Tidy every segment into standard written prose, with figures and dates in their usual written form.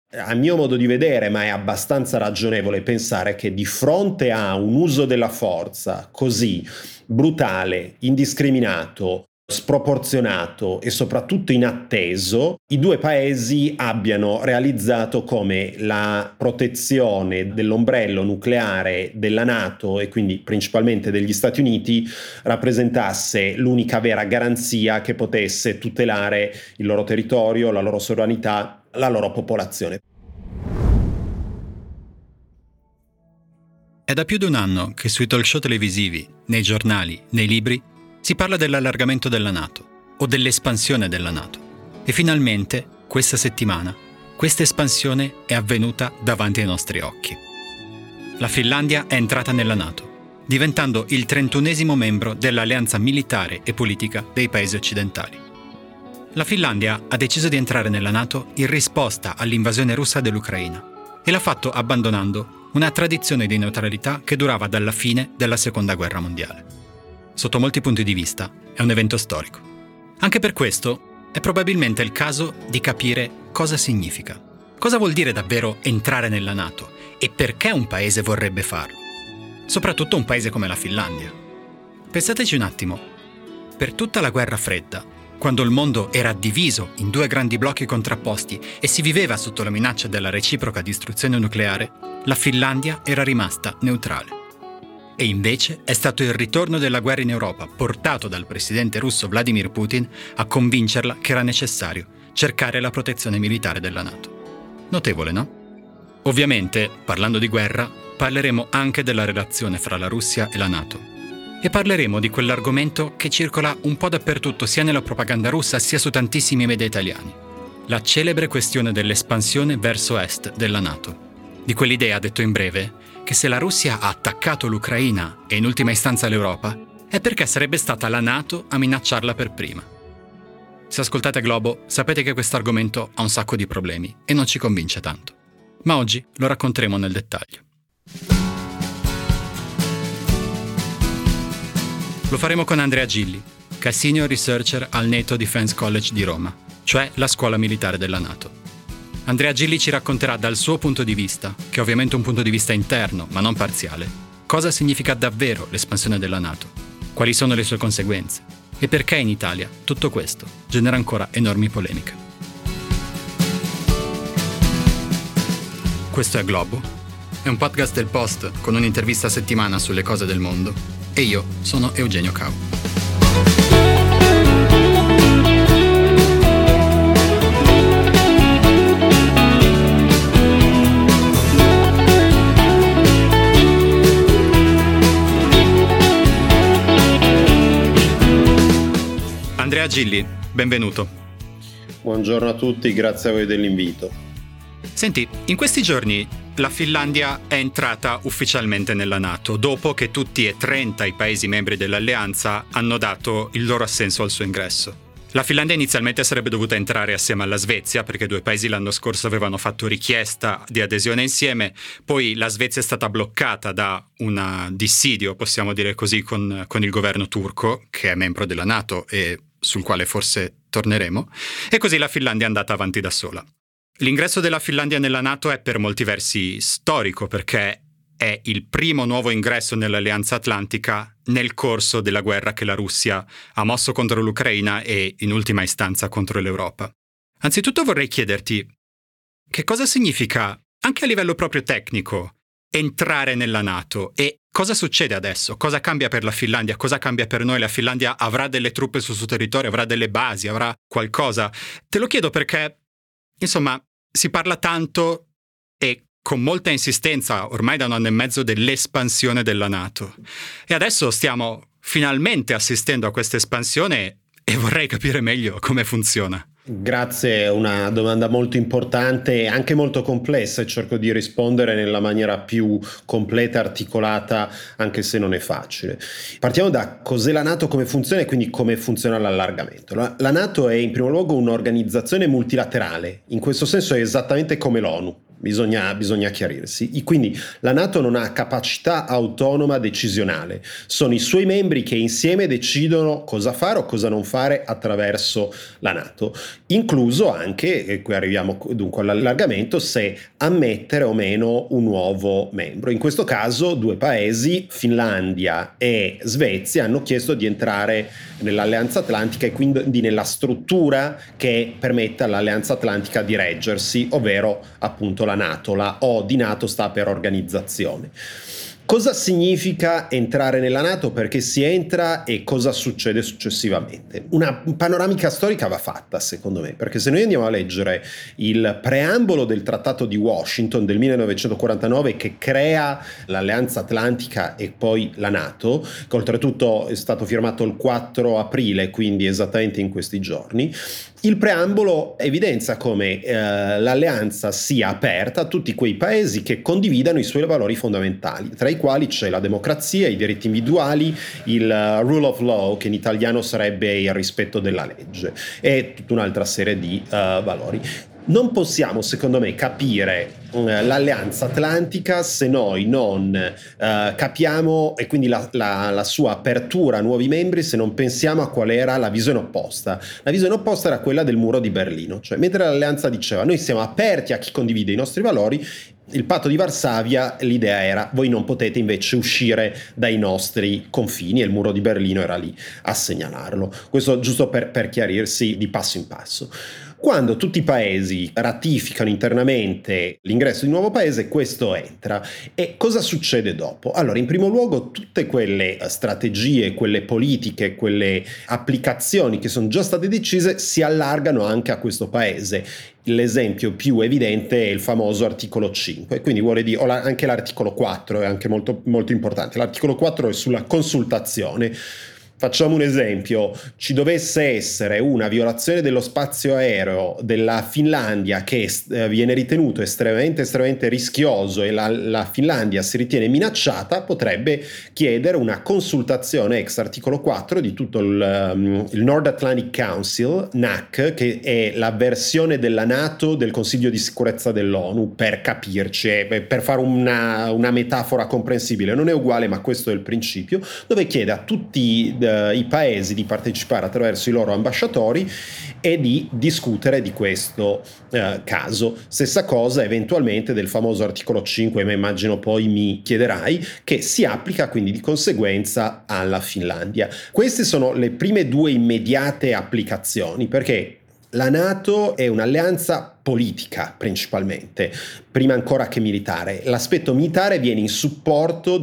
A mio modo di vedere, ma è abbastanza ragionevole pensare che di fronte a un uso della forza così brutale, indiscriminato, sproporzionato e soprattutto inatteso, i due paesi abbiano realizzato come la protezione dell'ombrello nucleare della NATO e quindi principalmente degli Stati Uniti rappresentasse l'unica vera garanzia che potesse tutelare il loro territorio, la loro sovranità, la loro popolazione. È da più di un anno che sui talk show televisivi, nei giornali, nei libri, si parla dell'allargamento della NATO o dell'espansione della NATO. E finalmente, questa settimana, questa espansione è avvenuta davanti ai nostri occhi. La Finlandia è entrata nella NATO, diventando il 31esimo membro dell'alleanza militare e politica dei paesi occidentali. La Finlandia ha deciso di entrare nella NATO in risposta all'invasione russa dell'Ucraina e l'ha fatto abbandonando una tradizione di neutralità che durava dalla fine della Seconda Guerra Mondiale. Sotto molti punti di vista è un evento storico. Anche per questo è probabilmente il caso di capire cosa significa. Cosa vuol dire davvero entrare nella NATO e perché un paese vorrebbe farlo? Soprattutto un paese come la Finlandia. Pensateci un attimo. Per tutta la Guerra Fredda, quando il mondo era diviso in due grandi blocchi contrapposti e si viveva sotto la minaccia della reciproca distruzione nucleare, la Finlandia era rimasta neutrale. E invece è stato il ritorno della guerra in Europa, portato dal presidente russo Vladimir Putin, a convincerla che era necessario cercare la protezione militare della NATO. Notevole, no? Ovviamente, parlando di guerra, parleremo anche della relazione fra la Russia e la NATO. E parleremo di quell'argomento che circola un po' dappertutto, sia nella propaganda russa sia su tantissimi media italiani. La celebre questione dell'espansione verso est della NATO. Di quell'idea, detto in breve, che se la Russia ha attaccato l'Ucraina e in ultima istanza l'Europa, è perché sarebbe stata la NATO a minacciarla per prima. Se ascoltate Globo, sapete che questo argomento ha un sacco di problemi e non ci convince tanto. Ma oggi lo racconteremo nel dettaglio. Lo faremo con Andrea Gilli, che è Senior Researcher al NATO Defense College di Roma, cioè la scuola militare della NATO. Andrea Gilli ci racconterà dal suo punto di vista, che è ovviamente un punto di vista interno, ma non parziale, cosa significa davvero l'espansione della NATO, quali sono le sue conseguenze e perché in Italia tutto questo genera ancora enormi polemiche. Questo è Globo, è un podcast del Post con un'intervista a settimana sulle cose del mondo. E io sono Eugenio Cau. Andrea Gilli, benvenuto. Buongiorno a tutti, grazie a voi dell'invito. Senti, in questi giorni la Finlandia è entrata ufficialmente nella NATO, dopo che tutti e 30 i paesi membri dell'alleanza hanno dato il loro assenso al suo ingresso. La Finlandia inizialmente sarebbe dovuta entrare assieme alla Svezia, perché due paesi l'anno scorso avevano fatto richiesta di adesione insieme, poi la Svezia è stata bloccata da un dissidio, possiamo dire così, con il governo turco, che è membro della NATO e sul quale forse torneremo, e così la Finlandia è andata avanti da sola. L'ingresso della Finlandia nella NATO è per molti versi storico, perché è il primo nuovo ingresso nell'Alleanza Atlantica nel corso della guerra che la Russia ha mosso contro l'Ucraina e in ultima istanza contro l'Europa. Anzitutto vorrei chiederti che cosa significa, anche a livello proprio tecnico, entrare nella NATO e cosa succede adesso? Cosa cambia per la Finlandia? Cosa cambia per noi? La Finlandia avrà delle truppe sul suo territorio, avrà delle basi, avrà qualcosa? Te lo chiedo perché, insomma, si parla tanto e con molta insistenza ormai da un anno e mezzo dell'espansione della NATO. E adesso stiamo finalmente assistendo a questa espansione e vorrei capire meglio come funziona. Grazie, è una domanda molto importante e anche molto complessa e cerco di rispondere nella maniera più completa e articolata, anche se non è facile. Partiamo da cos'è la NATO, come funziona e quindi come funziona l'allargamento. La NATO è in primo luogo un'organizzazione multilaterale, in questo senso è esattamente come l'ONU. bisogna chiarirsi. Quindi la NATO non ha capacità autonoma decisionale, sono i suoi membri che insieme decidono cosa fare o cosa non fare attraverso la NATO, incluso anche, e qui arriviamo dunque all'allargamento, se ammettere o meno un nuovo membro. In questo caso 2 paesi, Finlandia e Svezia, hanno chiesto di entrare nell'Alleanza Atlantica e quindi nella struttura che permette all'Alleanza Atlantica di reggersi, ovvero appunto la NATO. La O di NATO sta per organizzazione. Cosa significa entrare nella NATO? Perché si entra e cosa succede successivamente? Una panoramica storica va fatta, secondo me, perché se noi andiamo a leggere il preambolo del Trattato di Washington del 1949 che crea l'Alleanza Atlantica e poi la NATO, che oltretutto è stato firmato il 4 aprile, quindi esattamente in questi giorni, il preambolo evidenzia come l'alleanza sia aperta a tutti quei paesi che condividano i suoi valori fondamentali, tra i quali c'è la democrazia, i diritti individuali, il rule of law, che in italiano sarebbe il rispetto della legge, e tutta un'altra serie di valori. Non possiamo, secondo me, capire l'Alleanza Atlantica se noi non capiamo, e quindi la sua apertura a nuovi membri, se non pensiamo a qual era la visione opposta. La visione opposta era quella del muro di Berlino, cioè mentre l'Alleanza diceva noi siamo aperti a chi condivide i nostri valori, il patto di Varsavia, l'idea era voi non potete invece uscire dai nostri confini, e il muro di Berlino era lì a segnalarlo. Questo giusto per chiarirsi di passo in passo. Quando tutti i paesi ratificano internamente l'ingresso di un nuovo paese, questo entra. E cosa succede dopo? Allora, in primo luogo, tutte quelle strategie, quelle politiche, quelle applicazioni che sono già state decise si allargano anche a questo paese. L'esempio più evidente è il famoso articolo 5, quindi vuole dire, anche l'articolo 4 è anche molto, molto importante. L'articolo 4 è sulla consultazione. Facciamo un esempio: ci dovesse essere una violazione dello spazio aereo della Finlandia che viene ritenuto estremamente rischioso e la Finlandia si ritiene minacciata, potrebbe chiedere una consultazione ex articolo 4 di tutto il North Atlantic Council, NAC, che è la versione della NATO del Consiglio di sicurezza dell'ONU, per capirci, per fare una metafora comprensibile. Non è uguale, ma questo è il principio, dove chiede a tutti i paesi di partecipare attraverso i loro ambasciatori e di discutere di questo caso. Stessa cosa eventualmente del famoso articolo 5, ma immagino poi mi chiederai, che si applica quindi di conseguenza alla Finlandia. Queste sono le prime 2 immediate applicazioni, perché la NATO è un'alleanza politica principalmente, prima ancora che militare. L'aspetto militare viene in supporto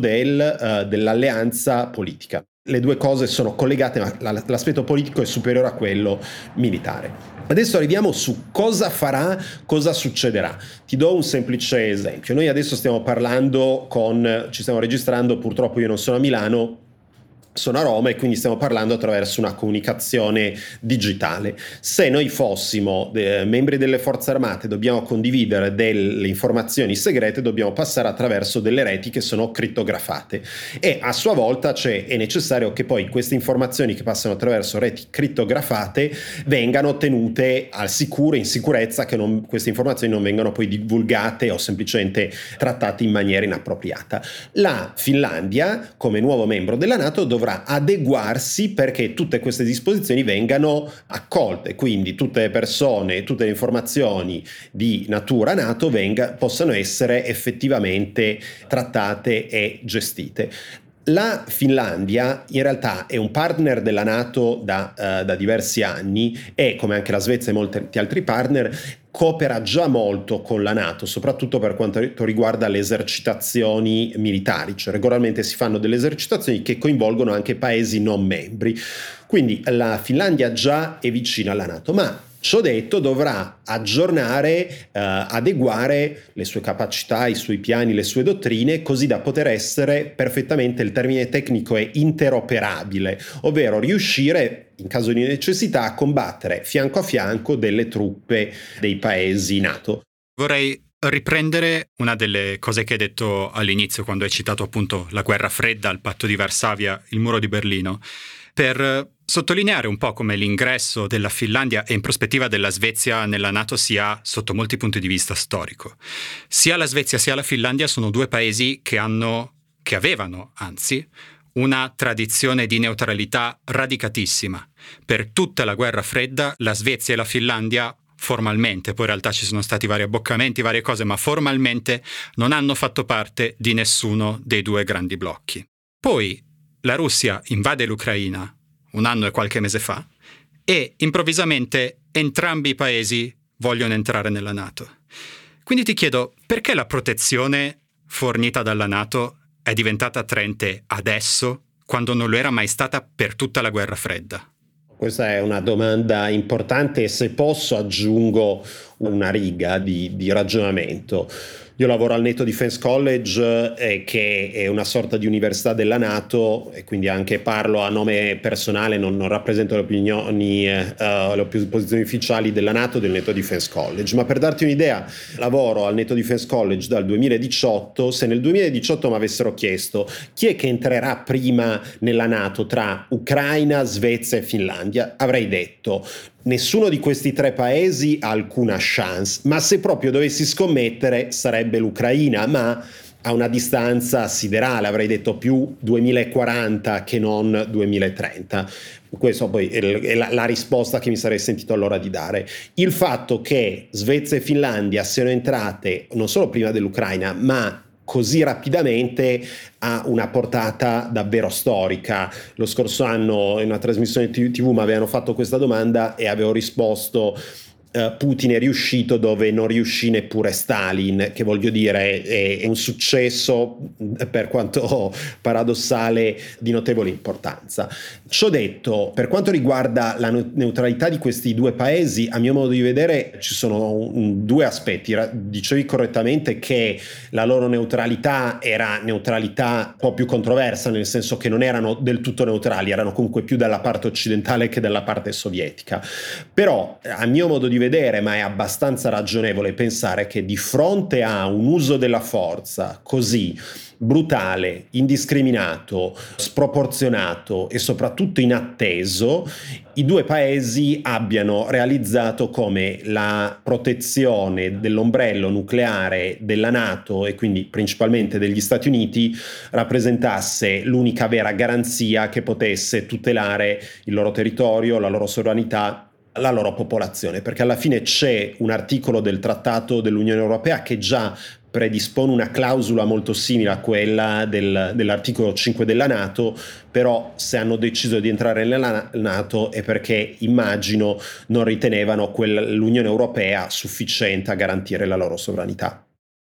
dell'alleanza politica. Le 2 cose sono collegate, ma l'aspetto politico è superiore a quello militare. Adesso arriviamo su cosa farà, cosa succederà. Ti do un semplice esempio. Noi adesso stiamo parlando ci stiamo registrando, purtroppo io non sono a Milano, sono a Roma, e quindi stiamo parlando attraverso una comunicazione digitale. Se noi fossimo membri delle forze armate, dobbiamo condividere delle informazioni segrete, dobbiamo passare attraverso delle reti che sono crittografate, e a sua volta è necessario che poi queste informazioni che passano attraverso reti crittografate vengano tenute al sicuro, in sicurezza, che queste informazioni non vengano poi divulgate o semplicemente trattate in maniera inappropriata. La Finlandia, come nuovo membro della NATO, dovrà adeguarsi perché tutte queste disposizioni vengano accolte, quindi tutte le persone, tutte le informazioni di natura NATO possano essere effettivamente trattate e gestite. La Finlandia in realtà è un partner della NATO da diversi anni, e come anche la Svezia e molti altri partner coopera già molto con la NATO, soprattutto per quanto riguarda le esercitazioni militari, cioè regolarmente si fanno delle esercitazioni che coinvolgono anche paesi non membri. Quindi la Finlandia già è vicina alla NATO, ma ciò detto dovrà aggiornare, adeguare le sue capacità, i suoi piani, le sue dottrine, così da poter essere perfettamente, il termine tecnico è interoperabile, ovvero riuscire in caso di necessità a combattere fianco a fianco delle truppe dei paesi NATO. Vorrei riprendere una delle cose che hai detto all'inizio, quando hai citato appunto la guerra fredda, il patto di Varsavia, il muro di Berlino. per sottolineare un po' come l'ingresso della Finlandia e in prospettiva della Svezia nella NATO sia sotto molti punti di vista storico. Sia la Svezia sia la Finlandia sono due paesi che avevano, una tradizione di neutralità radicatissima. Per tutta la guerra fredda la Svezia e la Finlandia formalmente, poi in realtà ci sono stati vari abboccamenti, varie cose, ma formalmente non hanno fatto parte di nessuno dei due grandi blocchi. Poi la Russia invade l'Ucraina 1 anno e qualche mese fa e improvvisamente entrambi i paesi vogliono entrare nella NATO. Quindi ti chiedo, perché la protezione fornita dalla NATO è diventata attraente adesso, quando non lo era mai stata per tutta la guerra fredda? Questa è una domanda importante e se posso aggiungo una riga di ragionamento. Io lavoro al NATO Defense College, che è una sorta di università della NATO, e quindi anche parlo a nome personale, non rappresento le opinioni, le posizioni ufficiali della NATO, del NATO Defense College. Ma per darti un'idea, lavoro al NATO Defense College dal 2018. Se nel 2018 mi avessero chiesto chi è che entrerà prima nella NATO tra Ucraina, Svezia e Finlandia, avrei detto nessuno di questi 3 paesi ha alcuna chance, ma se proprio dovessi scommettere sarebbe l'Ucraina, ma a una distanza siderale, avrei detto più 2040 che non 2030. Questa poi è la risposta che mi sarei sentito allora di dare. Il fatto che Svezia e Finlandia siano entrate non solo prima dell'Ucraina, ma così rapidamente ha una portata davvero storica. Lo scorso anno in una trasmissione TV mi avevano fatto questa domanda e avevo risposto Putin è riuscito dove non riuscì neppure Stalin, che voglio dire è un successo, per quanto paradossale, di notevole importanza. Ciò detto, per quanto riguarda la neutralità di questi due paesi, a mio modo di vedere ci sono 2 aspetti. Dicevi correttamente che la loro neutralità era neutralità un po' più controversa, nel senso che non erano del tutto neutrali, erano comunque più dalla parte occidentale che dalla parte sovietica. Però, a mio modo di vedere, ma è abbastanza ragionevole pensare che di fronte a un uso della forza così brutale, indiscriminato, sproporzionato e soprattutto inatteso, i due paesi abbiano realizzato come la protezione dell'ombrello nucleare della NATO e quindi principalmente degli Stati Uniti rappresentasse l'unica vera garanzia che potesse tutelare il loro territorio, la loro sovranità, la loro popolazione, perché alla fine c'è un articolo del Trattato dell'Unione Europea che già predispone una clausola molto simile a quella dell'articolo 5 della NATO, però se hanno deciso di entrare nella NATO è perché immagino non ritenevano l'Unione Europea sufficiente a garantire la loro sovranità.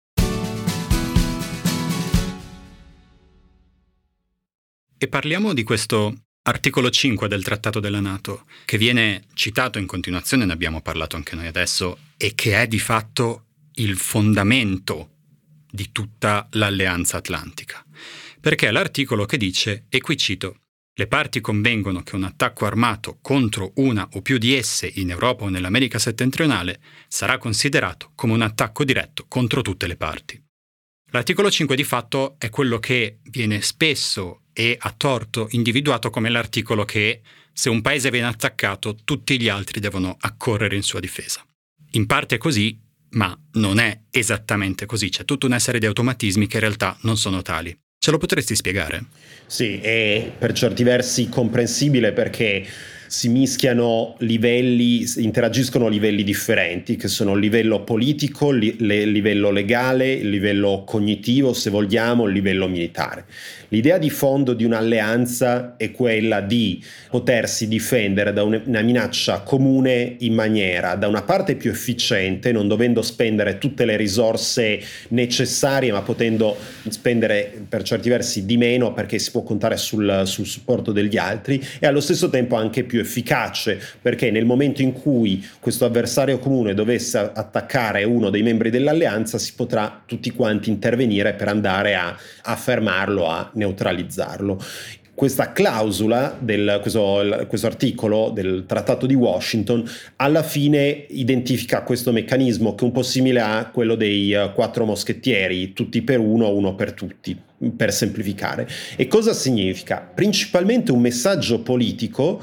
E parliamo di questo articolo 5 del Trattato della NATO, che viene citato in continuazione, ne abbiamo parlato anche noi adesso, e che è di fatto il fondamento di tutta l'Alleanza Atlantica. Perché è l'articolo che dice, e qui cito, le parti convengono che un attacco armato contro una o più di esse in Europa o nell'America settentrionale sarà considerato come un attacco diretto contro tutte le parti. L'articolo 5 di fatto è quello che viene spesso e a torto individuato come l'articolo che, se un paese viene attaccato, tutti gli altri devono accorrere in sua difesa. In parte è così, ma non è esattamente così. C'è tutta una serie di automatismi che in realtà non sono tali. Ce lo potresti spiegare? Sì, è per certi versi comprensibile perché si mischiano livelli, interagiscono livelli differenti, che sono il livello politico, il livello legale, il livello cognitivo, se vogliamo, il livello militare. L'idea di fondo di un'alleanza è quella di potersi difendere da una minaccia comune in maniera, da una parte più efficiente, non dovendo spendere tutte le risorse necessarie, ma potendo spendere per certi versi di meno perché si può contare sul supporto degli altri, e allo stesso tempo anche più efficace, perché nel momento in cui questo avversario comune dovesse attaccare uno dei membri dell'alleanza si potrà tutti quanti intervenire per andare a fermarlo, a neutralizzarlo. Questa clausola, questo articolo del Trattato di Washington, alla fine identifica questo meccanismo che è un po' simile a quello dei 4 moschettieri, tutti per uno, uno per tutti. per semplificare. E cosa significa? Principalmente un messaggio politico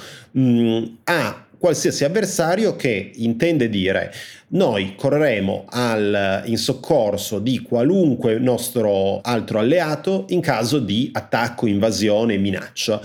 a qualsiasi avversario che intende dire: noi correremo in soccorso di qualunque nostro altro alleato in caso di attacco, invasione, minaccia.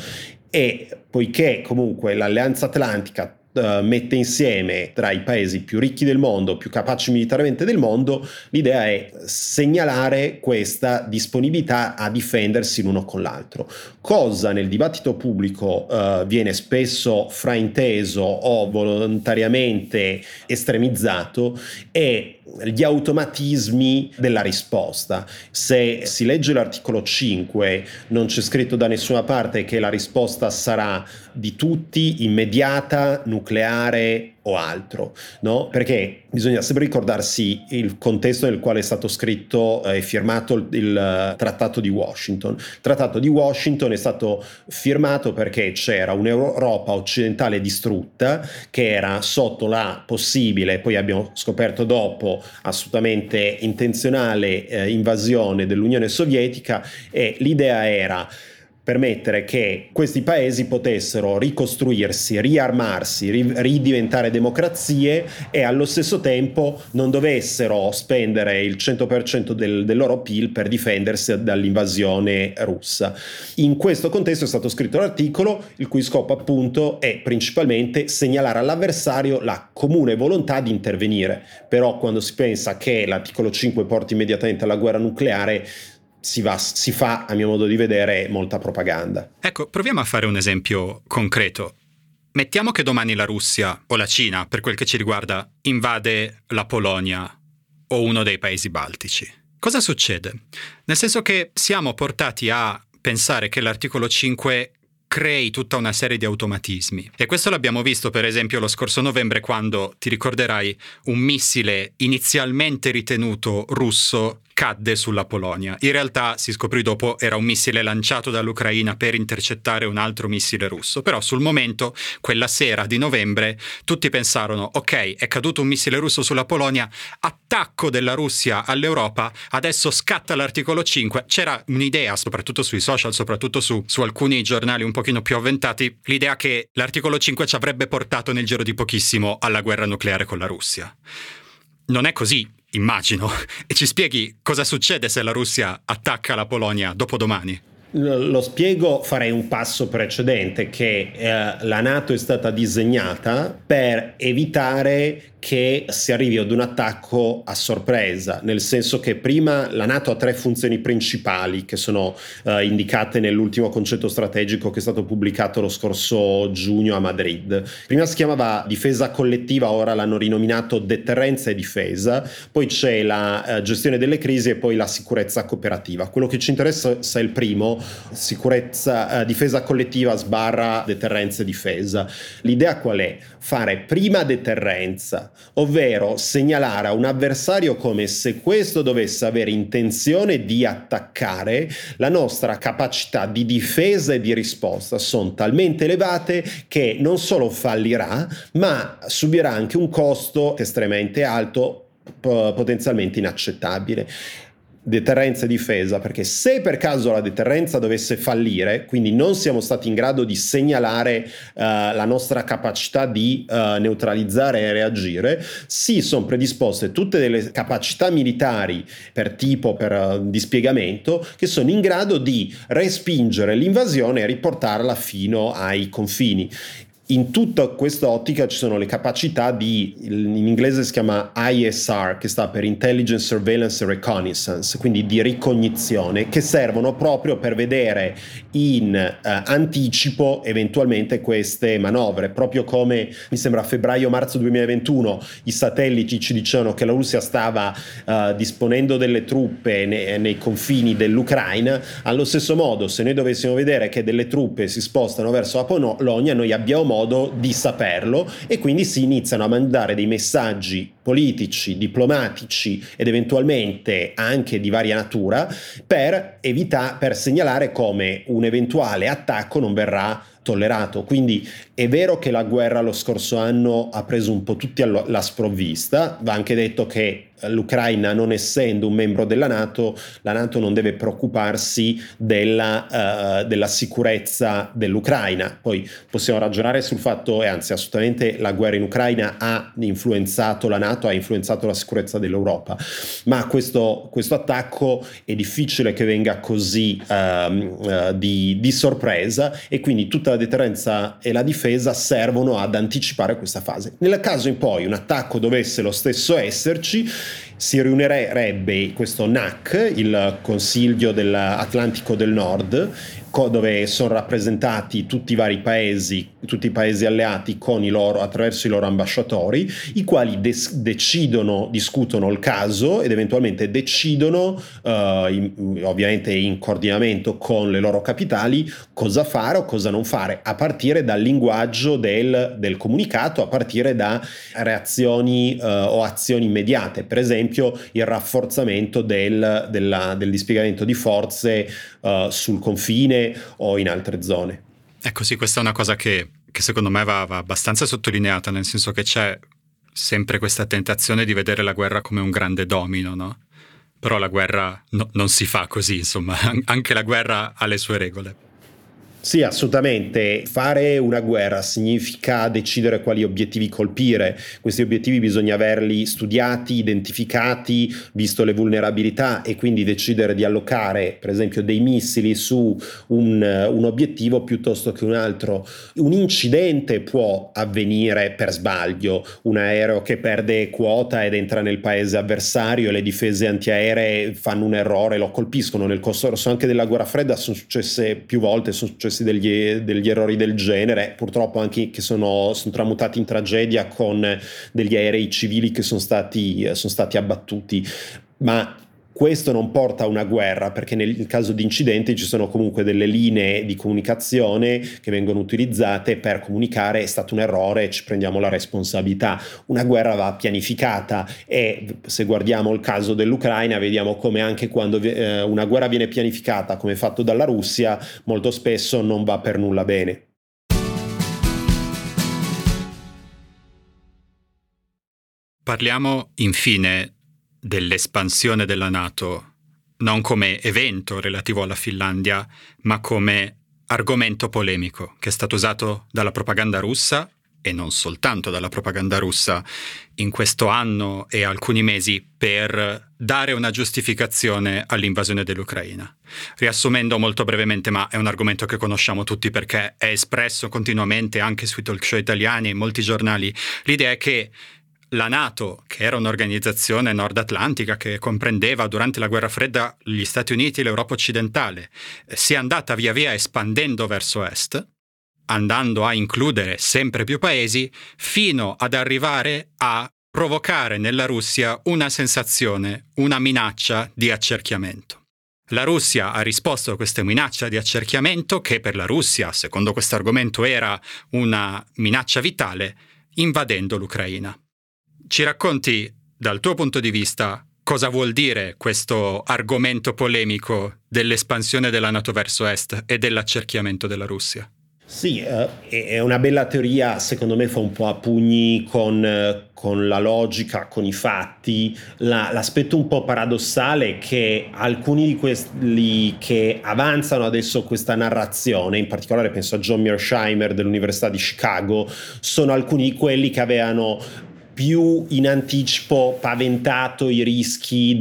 E poiché comunque l'Alleanza Atlantica mette insieme tra i paesi più ricchi del mondo, più capaci militarmente del mondo, l'idea è segnalare questa disponibilità a difendersi l'uno con l'altro. Cosa nel dibattito pubblico viene spesso frainteso o volontariamente estremizzato è gli automatismi della risposta. Se si legge l'articolo 5, non c'è scritto da nessuna parte che la risposta sarà di tutti, immediata, nucleare o altro, no? Perché bisogna sempre ricordarsi il contesto nel quale è stato scritto e firmato il Trattato di Washington. Il Trattato di Washington è stato firmato perché c'era un'Europa occidentale distrutta che era sotto la possibile, poi abbiamo scoperto dopo, assolutamente intenzionale invasione dell'Unione Sovietica, e l'idea era permettere che questi paesi potessero ricostruirsi, riarmarsi, ridiventare democrazie e allo stesso tempo non dovessero spendere il 100% del loro PIL per difendersi dall'invasione russa. In questo contesto è stato scritto l'articolo, il cui scopo appunto è principalmente segnalare all'avversario la comune volontà di intervenire. Però quando si pensa che l'articolo 5 porti immediatamente alla guerra nucleare, si fa, a mio modo di vedere, molta propaganda. Ecco, proviamo a fare un esempio concreto. Mettiamo che domani la Russia o la Cina, per quel che ci riguarda, invade la Polonia o uno dei paesi baltici. Cosa succede? Nel senso che siamo portati a pensare che l'articolo 5 crei tutta una serie di automatismi. E questo l'abbiamo visto per esempio lo scorso novembre, quando, ti ricorderai, un missile inizialmente ritenuto russo cadde sulla Polonia. In realtà si scoprì dopo era un missile lanciato dall'Ucraina per intercettare un altro missile russo. Però sul momento, quella sera di novembre, tutti pensarono: ok, è caduto un missile russo sulla Polonia, attacco della Russia all'Europa, adesso scatta l'articolo 5. C'era un'idea, soprattutto sui social, soprattutto su alcuni giornali un pochino più avventati, l'idea che l'articolo 5 ci avrebbe portato nel giro di pochissimo alla guerra nucleare con la Russia. Non è così, immagino. E ci spieghi cosa succede se la Russia attacca la Polonia dopodomani? Lo spiego, farei un passo precedente, che la NATO è stata disegnata per evitare che si arrivi ad un attacco a sorpresa, nel senso che prima la NATO ha 3 funzioni principali che sono indicate nell'ultimo concetto strategico che è stato pubblicato lo scorso giugno a Madrid. Prima si chiamava difesa collettiva, ora l'hanno rinominato deterrenza e difesa, poi c'è la gestione delle crisi e poi la sicurezza cooperativa. Quello che ci interessa è il primo, difesa collettiva / deterrenza e difesa. L'idea qual è? Fare prima deterrenza, ovvero segnalare a un avversario come se questo dovesse avere intenzione di attaccare, la nostra capacità di difesa e di risposta sono talmente elevate che non solo fallirà, ma subirà anche un costo estremamente alto, potenzialmente inaccettabile. Deterrenza e difesa, perché se per caso la deterrenza dovesse fallire, quindi non siamo stati in grado di segnalare la nostra capacità di neutralizzare e reagire, sì, sono predisposte tutte delle capacità militari per dispiegamento che sono in grado di respingere l'invasione e riportarla fino ai confini. In tutta questa ottica ci sono le capacità in inglese si chiama ISR, che sta per Intelligence, Surveillance and Reconnaissance, quindi di ricognizione, che servono proprio per vedere in anticipo eventualmente queste manovre, proprio come mi sembra a febbraio-marzo 2021 i satelliti ci dicevano che la Russia stava disponendo delle truppe nei confini dell'Ucraina. Allo stesso modo, se noi dovessimo vedere che delle truppe si spostano verso la Polonia, noi abbiamo modo di saperlo e quindi si iniziano a mandare dei messaggi politici, diplomatici ed eventualmente anche di varia natura per segnalare come un eventuale attacco non verrà tollerato. Quindi è vero che la guerra lo scorso anno ha preso un po' tutti alla sprovvista, va anche detto che l'Ucraina, non essendo un membro della NATO, la NATO non deve preoccuparsi della sicurezza dell'Ucraina. Poi possiamo ragionare sul fatto, e anzi assolutamente la guerra in Ucraina ha influenzato la NATO, ha influenzato la sicurezza dell'Europa, ma questo attacco è difficile che venga così di sorpresa, e quindi tutta la deterrenza e la difesa servono ad anticipare questa fase. Nel caso in poi un attacco dovesse lo stesso esserci, si riunirebbe questo NAC, il Consiglio dell'Atlantico del Nord, dove sono rappresentati tutti i vari paesi, tutti i paesi alleati attraverso i loro ambasciatori, i quali discutono il caso ed eventualmente decidono, ovviamente in coordinamento con le loro capitali, cosa fare o cosa non fare, a partire dal linguaggio del comunicato, a partire da reazioni o azioni immediate, per esempio il rafforzamento del dispiegamento di forze sul confine o in altre zone. Ecco, sì, questa è una cosa che secondo me va abbastanza sottolineata, nel senso che c'è sempre questa tentazione di vedere la guerra come un grande domino, no? Però la guerra non si fa così, insomma, anche la guerra ha le sue regole. Sì, assolutamente. Fare una guerra significa decidere quali obiettivi colpire. Questi obiettivi bisogna averli studiati, identificati, visto le vulnerabilità, e quindi decidere di allocare, per esempio, dei missili su un obiettivo piuttosto che un altro. Un incidente può avvenire per sbaglio, un aereo che perde quota ed entra nel paese avversario e le difese antiaeree fanno un errore, lo colpiscono. Nel corso anche della guerra fredda sono successe più volte, sono successi degli errori del genere, purtroppo anche che sono tramutati in tragedia con degli aerei civili che sono stati abbattuti, ma questo non porta a una guerra, perché nel caso di incidenti ci sono comunque delle linee di comunicazione che vengono utilizzate per comunicare: è stato un errore, ci prendiamo la responsabilità. Una guerra va pianificata, e se guardiamo il caso dell'Ucraina vediamo come anche quando una guerra viene pianificata, come fatto dalla Russia, molto spesso non va per nulla bene. Parliamo infine dell'espansione della NATO, non come evento relativo alla Finlandia, ma come argomento polemico che è stato usato dalla propaganda russa, e non soltanto dalla propaganda russa, in questo anno e alcuni mesi per dare una giustificazione all'invasione dell'Ucraina. Riassumendo molto brevemente, ma è un argomento che conosciamo tutti perché è espresso continuamente anche sui talk show italiani e in molti giornali, l'idea è che la NATO, che era un'organizzazione nord-atlantica che comprendeva durante la guerra fredda gli Stati Uniti e l'Europa occidentale, si è andata via via espandendo verso est, andando a includere sempre più paesi, fino ad arrivare a provocare nella Russia una sensazione, una minaccia di accerchiamento. La Russia ha risposto a questa minaccia di accerchiamento, che per la Russia, secondo questo argomento, era una minaccia vitale, invadendo l'Ucraina. Ci racconti, dal tuo punto di vista, cosa vuol dire questo argomento polemico dell'espansione della NATO verso est e dell'accerchiamento della Russia? Sì, è una bella teoria, secondo me fa un po' a pugni con la logica, con i fatti. L'aspetto un po' paradossale è che alcuni di quelli che avanzano adesso questa narrazione, in particolare penso a John Mearsheimer dell'Università di Chicago, sono alcuni di quelli che avevano più in anticipo paventato i rischi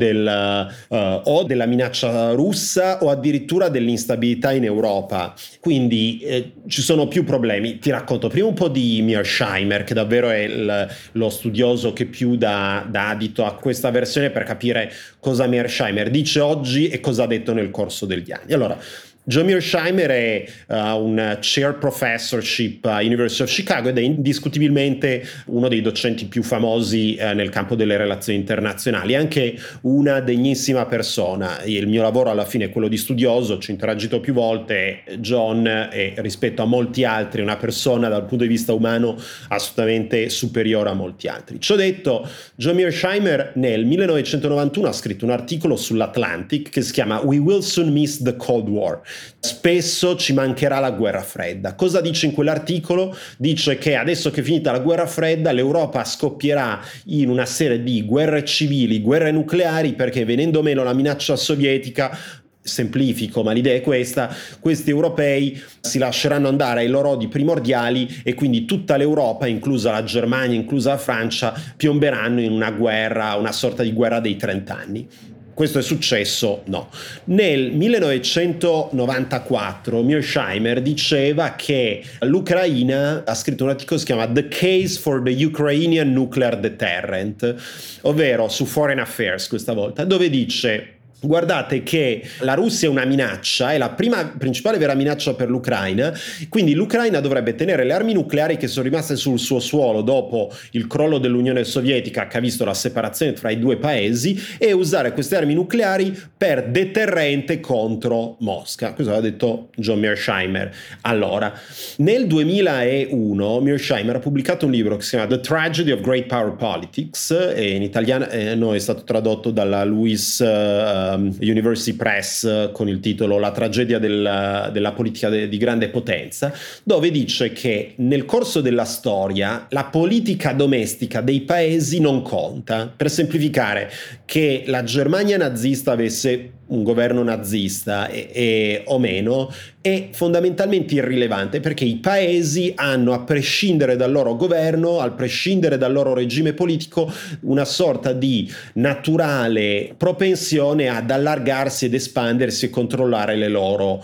o della minaccia russa o addirittura dell'instabilità in Europa. Quindi ci sono più problemi. Ti racconto prima un po' di Mearsheimer, che davvero è lo studioso che più dà adito a questa versione, per capire cosa Mearsheimer dice oggi e cosa ha detto nel corso degli anni. Allora, John Mearsheimer è un chair professorship a University of Chicago ed è indiscutibilmente uno dei docenti più famosi nel campo delle relazioni internazionali, anche una degnissima persona. Il mio lavoro alla fine è quello di studioso, ci ho interagito più volte. John è, rispetto a molti altri, una persona dal punto di vista umano assolutamente superiore a molti altri. Ciò detto, John Mearsheimer nel 1991 ha scritto un articolo sull'Atlantic che si chiama We Will Soon Miss the Cold War, Spesso ci mancherà la guerra fredda. Cosa dice in quell'articolo? Dice che adesso che è finita la guerra fredda l'Europa scoppierà in una serie di guerre civili, guerre nucleari, perché venendo meno la minaccia sovietica, semplifico ma l'idea è questa, questi europei si lasceranno andare ai loro odi primordiali e quindi tutta l'Europa, inclusa la Germania, inclusa la Francia, piomberanno in una guerra, una sorta di guerra dei 30 anni. Questo è successo? No. Nel 1994 Mearsheimer diceva che l'Ucraina, ha scritto un articolo che si chiama The Case for the Ukrainian Nuclear Deterrent, ovvero su Foreign Affairs questa volta, dove dice: guardate che la Russia è una minaccia, è la prima principale vera minaccia per l'Ucraina, quindi l'Ucraina dovrebbe tenere le armi nucleari che sono rimaste sul suo suolo dopo il crollo dell'Unione Sovietica, che ha visto la separazione tra i due paesi, e usare queste armi nucleari per deterrente contro Mosca. Questo l'ha detto John Mearsheimer. Allora, nel 2001 Mearsheimer ha pubblicato un libro che si chiama The Tragedy of Great Power Politics, e in italiano è stato tradotto dalla Lewis University Press con il titolo La tragedia della politica di grande potenza, dove dice che nel corso della storia la politica domestica dei paesi non conta. Per semplificare, che la Germania nazista avesse un governo nazista o meno è fondamentalmente irrilevante, perché i paesi hanno, a prescindere dal loro governo, a prescindere dal loro regime politico, una sorta di naturale propensione ad allargarsi ed espandersi e controllare le loro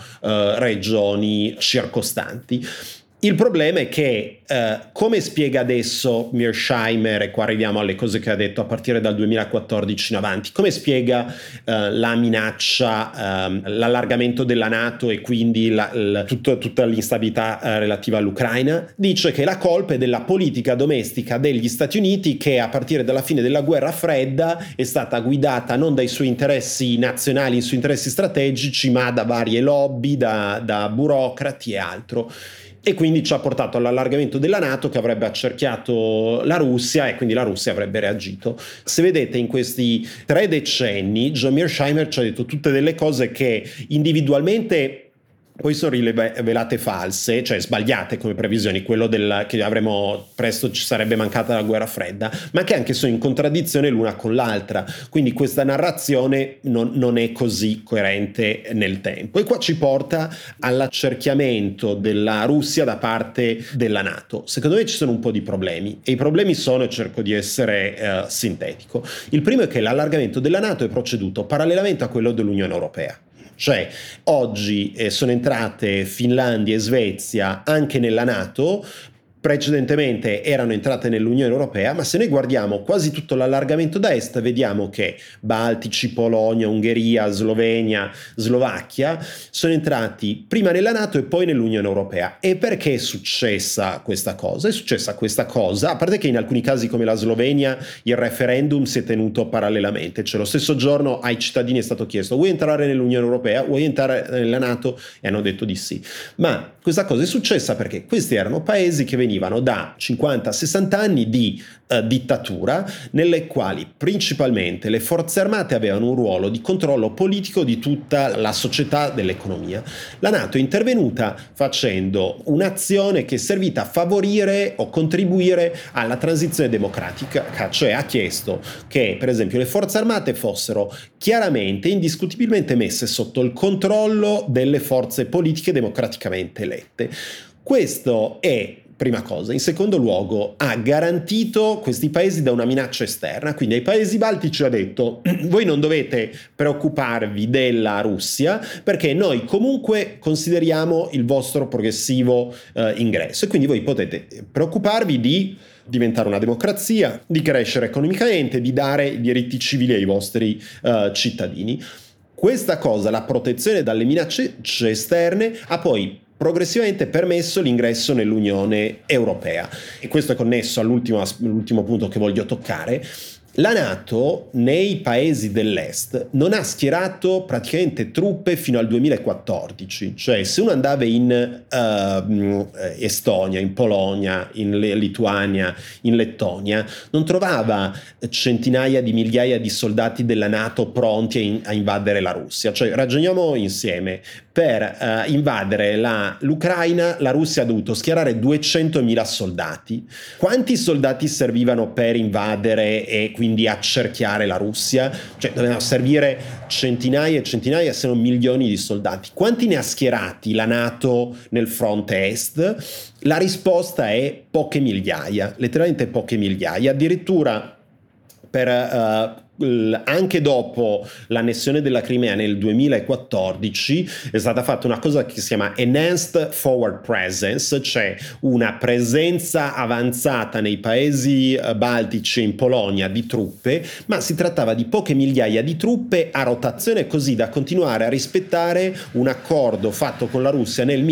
regioni circostanti. Il problema è che, come spiega adesso Mearsheimer, e qua arriviamo alle cose che ha detto a partire dal 2014 in avanti, come spiega la minaccia, l'allargamento della NATO e quindi tutta l'instabilità relativa all'Ucraina? Dice che la colpa è della politica domestica degli Stati Uniti, che a partire dalla fine della guerra fredda è stata guidata non dai suoi interessi nazionali, i suoi interessi strategici, ma da varie lobby, da burocrati e altro. E quindi ci ha portato all'allargamento della NATO, che avrebbe accerchiato la Russia, e quindi la Russia avrebbe reagito. Se vedete, in questi 3 decenni John Mearsheimer ci ha detto tutte delle cose che individualmente poi sono rivelate false, cioè sbagliate come previsioni, quello che avremo presto, ci sarebbe mancata la guerra fredda, ma che anche sono in contraddizione l'una con l'altra, quindi questa narrazione non è così coerente nel tempo. E qua ci porta all'accerchiamento della Russia da parte della NATO. Secondo me ci sono un po' di problemi, e i problemi sono, e cerco di essere sintetico. Il primo è che l'allargamento della NATO è proceduto parallelamente a quello dell'Unione Europea. Cioè, oggi sono entrate Finlandia e Svezia anche nella NATO, precedentemente erano entrate nell'Unione Europea, ma se noi guardiamo quasi tutto l'allargamento da est, vediamo che Baltici, Polonia, Ungheria, Slovenia, Slovacchia sono entrati prima nella NATO e poi nell'Unione Europea. E perché è successa questa cosa? È successa questa cosa, a parte che in alcuni casi come la Slovenia il referendum si è tenuto parallelamente, cioè lo stesso giorno ai cittadini è stato chiesto: vuoi entrare nell'Unione Europea, vuoi entrare nella NATO? E hanno detto di sì. Ma questa cosa è successa perché questi erano paesi che venivano da 50-60 anni di dittatura, nelle quali principalmente le forze armate avevano un ruolo di controllo politico di tutta la società dell'economia. La NATO è intervenuta facendo un'azione che è servita a favorire o contribuire alla transizione democratica, cioè ha chiesto che per esempio le forze armate fossero chiaramente, indiscutibilmente messe sotto il controllo delle forze politiche democraticamente elette. Questo è prima cosa. In secondo luogo, ha garantito questi paesi da una minaccia esterna, quindi ai paesi baltici ha detto: voi non dovete preoccuparvi della Russia, perché noi comunque consideriamo il vostro progressivo ingresso, e quindi voi potete preoccuparvi di diventare una democrazia, di crescere economicamente, di dare i diritti civili ai vostri cittadini. Questa cosa, la protezione dalle minacce esterne, ha poi progressivamente permesso l'ingresso nell'Unione Europea. E questo è connesso all'ultimo punto che voglio toccare. La NATO nei paesi dell'est non ha schierato praticamente truppe fino al 2014, cioè se uno andava in Estonia, in Polonia, in Lituania, in Lettonia, non trovava centinaia di migliaia di soldati della NATO pronti a invadere la Russia. Cioè, ragioniamo insieme. per invadere l'Ucraina, la Russia ha dovuto schierare 200.000 soldati. Quanti soldati servivano per invadere e quindi accerchiare la Russia? Cioè dovevano servire centinaia e centinaia, se non milioni di soldati. Quanti ne ha schierati la NATO nel fronte est? La risposta è poche migliaia, letteralmente poche migliaia. Addirittura anche dopo l'annessione della Crimea nel 2014 è stata fatta una cosa che si chiama Enhanced Forward Presence, cioè una presenza avanzata nei paesi baltici e in Polonia di truppe, ma si trattava di poche migliaia di truppe a rotazione, così da continuare a rispettare un accordo fatto con la Russia nel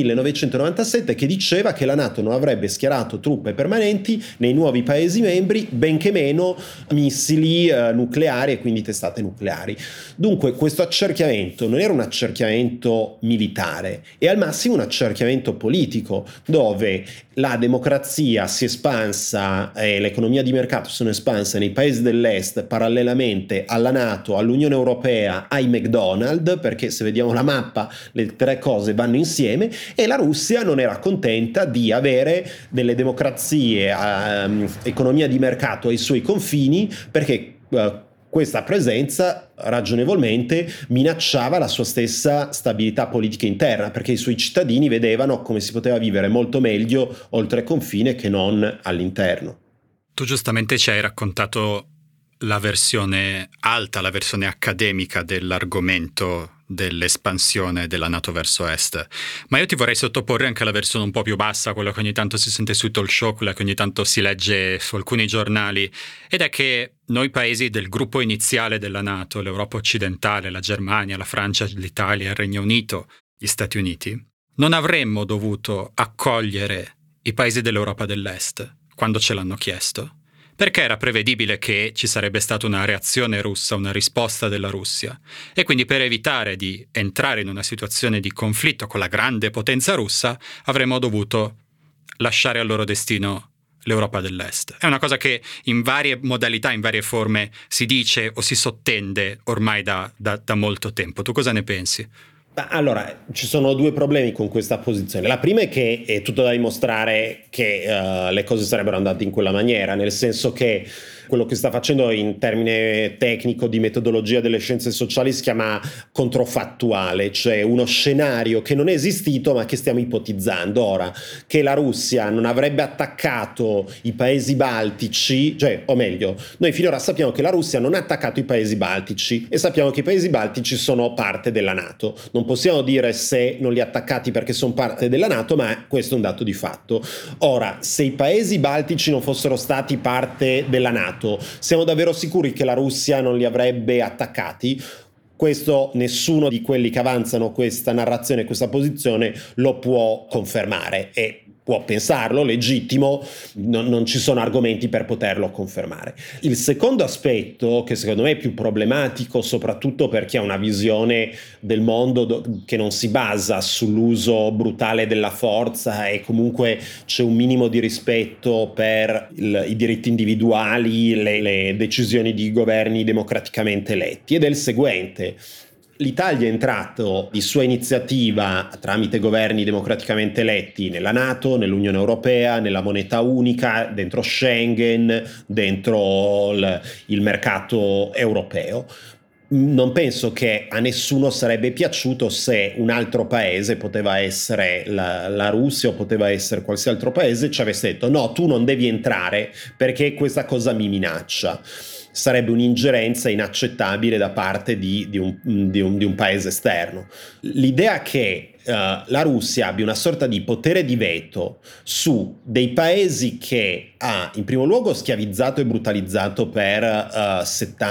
1997 che diceva che la NATO non avrebbe schierato truppe permanenti nei nuovi paesi membri, benché meno missili nucleari e quindi testate nucleari. Dunque questo accerchiamento non era un accerchiamento militare, è al massimo un accerchiamento politico, dove la democrazia si è espansa e l'economia di mercato sono espanse nei paesi dell'est parallelamente alla NATO, all'Unione Europea, ai McDonald's, perché se vediamo la mappa le tre cose vanno insieme, e la Russia non era contenta di avere delle democrazie, economia di mercato ai suoi confini, perché questa presenza ragionevolmente minacciava la sua stessa stabilità politica interna, perché i suoi cittadini vedevano come si poteva vivere molto meglio oltre confine che non all'interno. Tu giustamente ci hai raccontato la versione alta, la versione accademica dell'argomento dell'espansione della NATO verso est, ma io ti vorrei sottoporre anche la versione un po' più bassa, quella che ogni tanto si sente sui talk show, quella che ogni tanto si legge su alcuni giornali, ed è che noi paesi del gruppo iniziale della NATO, l'Europa occidentale, la Germania, la Francia, l'Italia, il Regno Unito, gli Stati Uniti, non avremmo dovuto accogliere i paesi dell'Europa dell'est quando ce l'hanno chiesto, perché era prevedibile che ci sarebbe stata una reazione russa, una risposta della Russia, e quindi per evitare di entrare in una situazione di conflitto con la grande potenza russa avremmo dovuto lasciare al loro destino l'Europa dell'est. È una cosa che in varie modalità, in varie forme si dice o si sottende ormai da molto tempo. Tu cosa ne pensi? Allora, ci sono due problemi con questa posizione. La prima è che è tutto da dimostrare che le cose sarebbero andate in quella maniera, nel senso che quello che sta facendo in termine tecnico di metodologia delle scienze sociali si chiama controfattuale, cioè uno scenario che non è esistito ma che stiamo ipotizzando. Ora, che la Russia non avrebbe attaccato i paesi baltici, cioè, o meglio, noi finora sappiamo che la Russia non ha attaccato i paesi baltici e sappiamo che i paesi baltici sono parte della NATO. Non possiamo dire se non li ha attaccati perché sono parte della NATO, ma questo è un dato di fatto. Ora, se i paesi baltici non fossero stati parte della NATO, siamo davvero sicuri che la Russia non li avrebbe attaccati? Questo nessuno di quelli che avanzano questa narrazione, questa posizione lo può confermare, e può pensarlo, legittimo, non ci sono argomenti per poterlo confermare. Il secondo aspetto, che secondo me è più problematico, soprattutto per chi ha una visione del mondo che non si basa sull'uso brutale della forza e comunque c'è un minimo di rispetto per i diritti individuali, le decisioni di governi democraticamente eletti, ed è il seguente. L'Italia è entrato di sua iniziativa tramite governi democraticamente eletti nella NATO, nell'Unione Europea, nella moneta unica, dentro Schengen, dentro il mercato europeo. Non penso che a nessuno sarebbe piaciuto se un altro paese, poteva essere la Russia o poteva essere qualsiasi altro paese, ci avesse detto no, tu non devi entrare perché questa cosa mi minaccia. Sarebbe un'ingerenza inaccettabile da parte di un paese esterno. L'idea che la Russia abbia una sorta di potere di veto su dei paesi che ha in primo luogo schiavizzato e brutalizzato per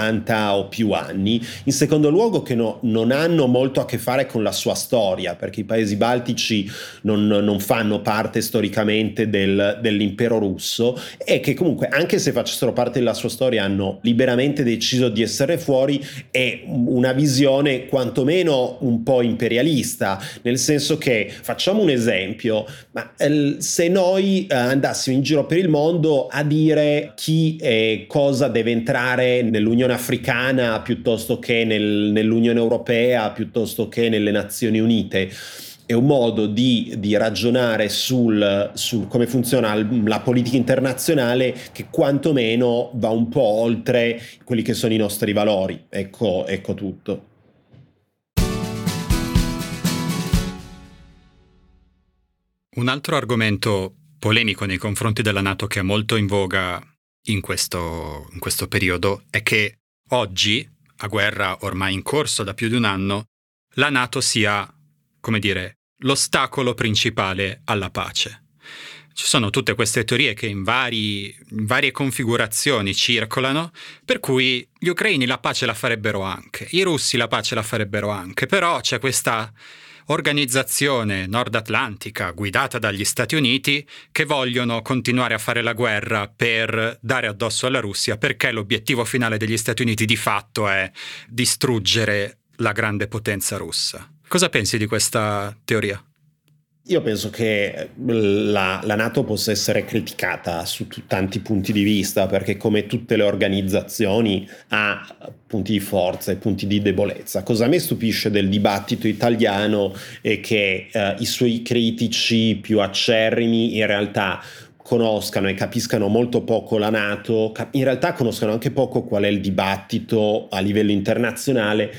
70 o più anni, in secondo luogo che non hanno molto a che fare con la sua storia, perché i paesi baltici non fanno parte storicamente dell'impero russo, e che comunque anche se facessero parte della sua storia hanno liberamente deciso di essere fuori, è una visione quantomeno un po' imperialista, nel nel senso che, facciamo un esempio, ma se noi andassimo in giro per il mondo a dire chi e cosa deve entrare nell'Unione Africana piuttosto che nell'Unione Europea, piuttosto che nelle Nazioni Unite, è un modo di ragionare sul come funziona la politica internazionale che quantomeno va un po' oltre quelli che sono i nostri valori. Ecco tutto. Un altro argomento polemico nei confronti della NATO che è molto in voga in questo periodo è che oggi, a guerra ormai in corso da più di un anno, la NATO sia, come dire, l'ostacolo principale alla pace. Ci sono tutte queste teorie che in varie configurazioni circolano, per cui gli ucraini la pace la farebbero anche, i russi la pace la farebbero anche, però c'è questa organizzazione nord-atlantica guidata dagli Stati Uniti che vogliono continuare a fare la guerra per dare addosso alla Russia, perché l'obiettivo finale degli Stati Uniti di fatto è distruggere la grande potenza russa. Cosa pensi di questa teoria? Io penso che la NATO possa essere criticata su tanti punti di vista, perché come tutte le organizzazioni ha punti di forza e punti di debolezza. Cosa a me stupisce del dibattito italiano è che i suoi critici più acerrimi in realtà conoscano e capiscano molto poco la NATO, in realtà conoscano anche poco qual è il dibattito a livello internazionale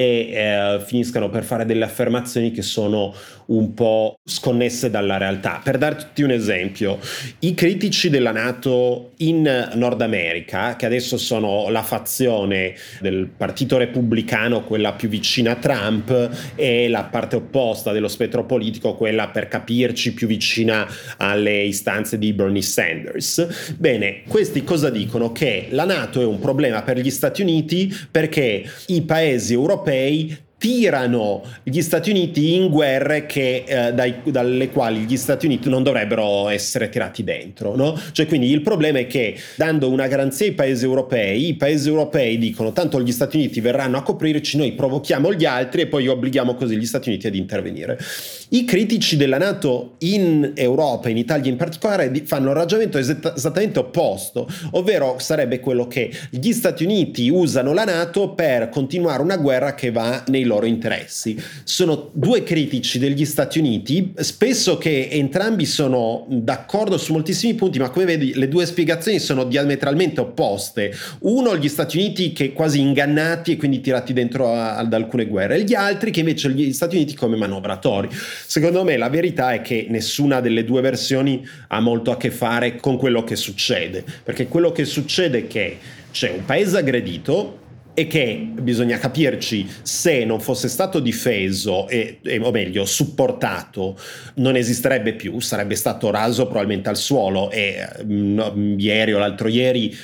e finiscano per fare delle affermazioni che sono un po' sconnesse dalla realtà. Per darti un esempio, i critici della NATO in Nord America, che adesso sono la fazione del Partito Repubblicano, quella più vicina a Trump, e la parte opposta dello spettro politico, quella per capirci più vicina alle istanze di Bernie Sanders. Bene, questi cosa dicono? Che la NATO è un problema per gli Stati Uniti perché i paesi europei tirano gli Stati Uniti in guerre dalle quali gli Stati Uniti non dovrebbero essere tirati dentro, no? Cioè, quindi il problema è che dando una garanzia ai paesi europei, i paesi europei dicono tanto gli Stati Uniti verranno a coprirci, noi provochiamo gli altri e poi obblighiamo così gli Stati Uniti ad intervenire. I critici della NATO in Europa, in Italia in particolare, fanno un ragionamento esattamente opposto, ovvero sarebbe quello che gli Stati Uniti usano la NATO per continuare una guerra che va nei loro interessi. Sono due critici degli Stati Uniti, spesso che entrambi sono d'accordo su moltissimi punti, ma come vedi le due spiegazioni sono diametralmente opposte. Uno, gli Stati Uniti che quasi ingannati e quindi tirati dentro ad alcune guerre, e gli altri che invece gli Stati Uniti come manovratori. Secondo me la verità è che nessuna delle due versioni ha molto a che fare con quello che succede, perché quello che succede è che c'è un paese aggredito e che bisogna capirci, se non fosse stato difeso o meglio supportato non esisterebbe più, sarebbe stato raso probabilmente al suolo. E ieri o l'altro ieri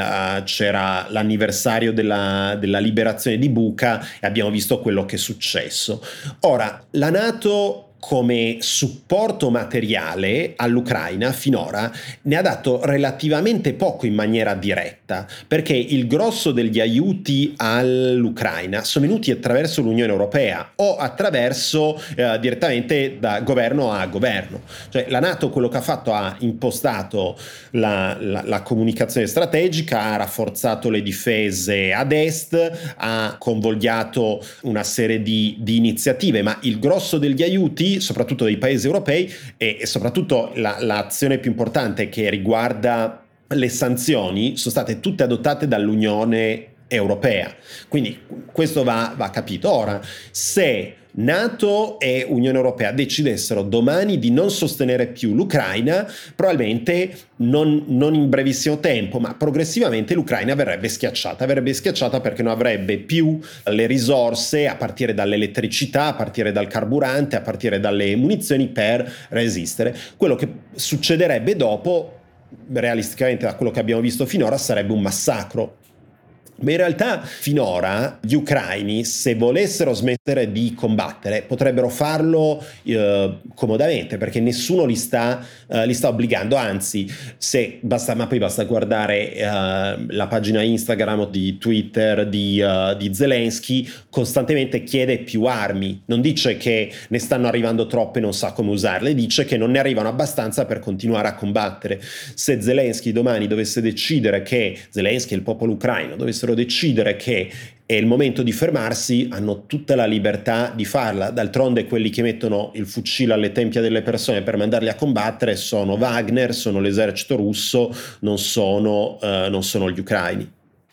c'era l'anniversario della liberazione di Bucha e abbiamo visto quello che è successo. Ora, la NATO come supporto materiale all'Ucraina finora ne ha dato relativamente poco in maniera diretta, perché il grosso degli aiuti all'Ucraina sono venuti attraverso l'Unione Europea o attraverso direttamente da governo a governo. Cioè la NATO quello che ha fatto ha impostato la comunicazione strategica, ha rafforzato le difese ad est, ha convogliato una serie di iniziative, ma il grosso degli aiuti soprattutto dei paesi europei e soprattutto l'azione più importante che riguarda le sanzioni sono state tutte adottate dall'Unione Europea. Quindi questo va capito. Ora, se NATO e Unione Europea decidessero domani di non sostenere più l'Ucraina, probabilmente non in brevissimo tempo, ma progressivamente l'Ucraina verrebbe schiacciata perché non avrebbe più le risorse a partire dall'elettricità, a partire dal carburante, a partire dalle munizioni per resistere. Quello che succederebbe dopo, realisticamente da quello che abbiamo visto finora, sarebbe un massacro. Ma in realtà finora gli ucraini, se volessero smettere di combattere, potrebbero farlo comodamente, perché nessuno li sta obbligando. Anzi, ma poi basta guardare la pagina Instagram o di Twitter di Zelensky. Costantemente chiede più armi, non dice che ne stanno arrivando troppe e non sa come usarle, dice che non ne arrivano abbastanza per continuare a combattere. Se Zelensky domani dovesse decidere che Zelensky e il popolo ucraino dovessero decidere che è il momento di fermarsi, hanno tutta la libertà di farla. D'altronde quelli che mettono il fucile alle tempie delle persone per mandarli a combattere sono Wagner, sono l'esercito russo, non sono gli ucraini.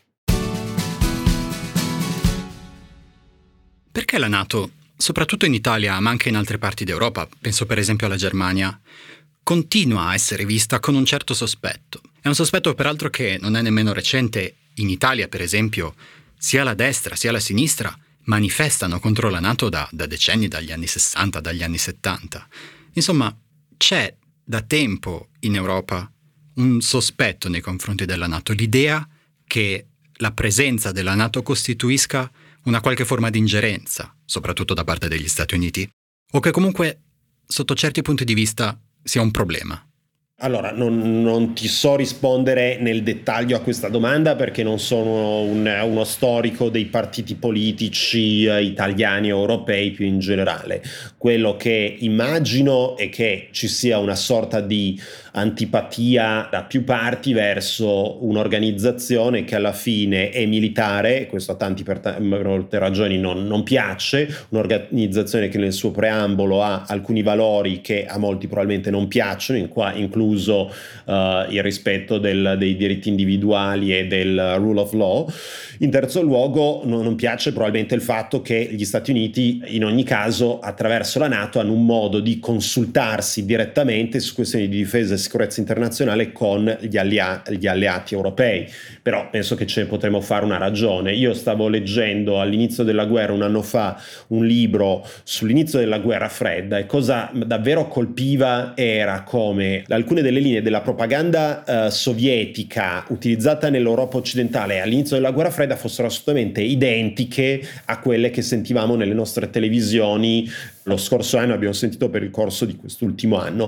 Perché la NATO, soprattutto in Italia ma anche in altre parti d'Europa, penso per esempio alla Germania, continua a essere vista con un certo sospetto? È un sospetto peraltro che non è nemmeno recente. In Italia, per esempio, sia la destra sia la sinistra manifestano contro la NATO da decenni, dagli anni 60, dagli anni 70. Insomma, c'è da tempo in Europa un sospetto nei confronti della NATO, l'idea che la presenza della NATO costituisca una qualche forma di ingerenza, soprattutto da parte degli Stati Uniti, o che comunque, sotto certi punti di vista, sia un problema. Allora, non ti so rispondere nel dettaglio a questa domanda, perché non sono uno storico dei partiti politici italiani o europei più in generale. Quello che immagino è che ci sia una sorta di antipatia da più parti verso un'organizzazione che alla fine è militare. Questo a tanti per molte ragioni non piace, un'organizzazione che nel suo preambolo ha alcuni valori che a molti probabilmente non piacciono, incluso il rispetto dei diritti individuali e del rule of law. In terzo luogo, non piace probabilmente il fatto che gli Stati Uniti in ogni caso attraverso la NATO hanno un modo di consultarsi direttamente su questioni di difesa e sicurezza internazionale con gli alleati europei. Però penso che ce ne potremo fare una ragione. Io stavo leggendo all'inizio della guerra, un anno fa, un libro sull'inizio della guerra fredda, e cosa davvero colpiva era come alcune delle linee della propaganda sovietica utilizzata nell'Europa occidentale all'inizio della guerra fredda fossero assolutamente identiche a quelle che sentivamo nelle nostre televisioni lo scorso anno, abbiamo sentito per il corso di quest'ultimo anno.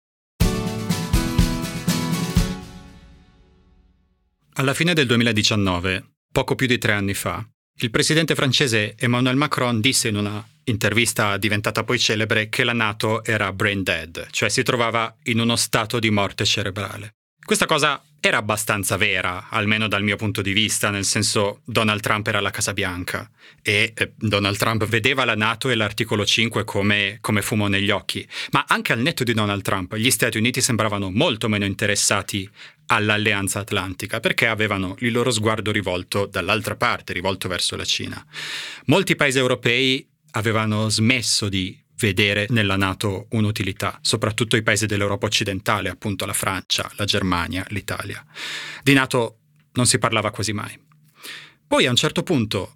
Alla fine del 2019, poco più di 3 anni fa, il presidente francese Emmanuel Macron disse in una intervista diventata poi celebre che la NATO era brain dead, cioè si trovava in uno stato di morte cerebrale. Questa cosa era abbastanza vera, almeno dal mio punto di vista, nel senso Donald Trump era alla Casa Bianca e Donald Trump vedeva la NATO e l'articolo 5 come fumo negli occhi. Ma anche al netto di Donald Trump, gli Stati Uniti sembravano molto meno interessati all'Alleanza Atlantica, perché avevano il loro sguardo rivolto dall'altra parte, rivolto verso la Cina. Molti paesi europei avevano smesso di vedere nella NATO un'utilità, soprattutto i paesi dell'Europa occidentale, appunto la Francia, la Germania, l'Italia. Di NATO non si parlava quasi mai. Poi a un certo punto